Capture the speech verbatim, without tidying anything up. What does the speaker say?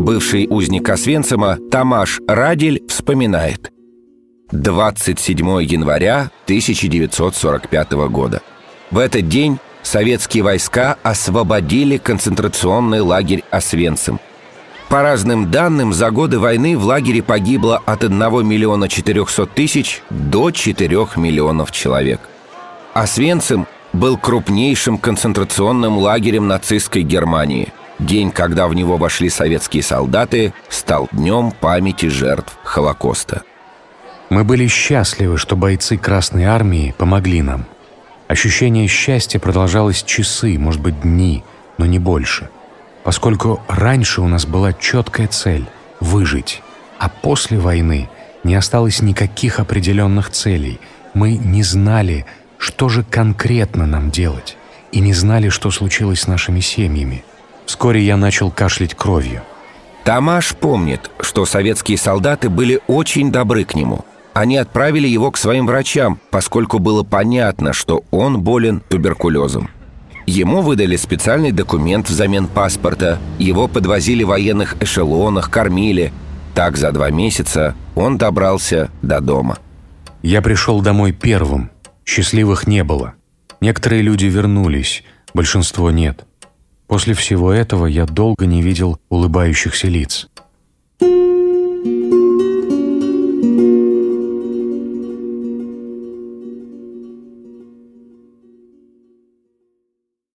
Бывший узник Освенцима Тамаш Радель вспоминает: двадцать седьмого января тысяча девятьсот сорок пятого года. В этот день советские войска освободили концентрационный лагерь Освенцим. По разным данным, за годы войны в лагере погибло от одного миллиона четырехсот тысяч до четырёх миллионов человек. Освенцим был крупнейшим концентрационным лагерем нацистской Германии. День, когда в него вошли советские солдаты, стал днем памяти жертв Холокоста. Мы были счастливы, что бойцы Красной Армии помогли нам. Ощущение счастья продолжалось часы, может быть, дни, но не больше. Поскольку раньше у нас была четкая цель – выжить, а после войны не осталось никаких определенных целей. Мы не знали, что же конкретно нам делать, и не знали, что случилось с нашими семьями. Вскоре я начал кашлять кровью. Тамаш помнит, что советские солдаты были очень добры к нему. Они отправили его к своим врачам, поскольку было понятно, что он болен туберкулезом. Ему выдали специальный документ взамен паспорта, его подвозили в военных эшелонах, кормили. Так за два месяца он добрался до дома. Я пришел домой первым. Счастливых не было. Некоторые люди вернулись, большинство нет. После всего этого я долго не видел улыбающихся лиц.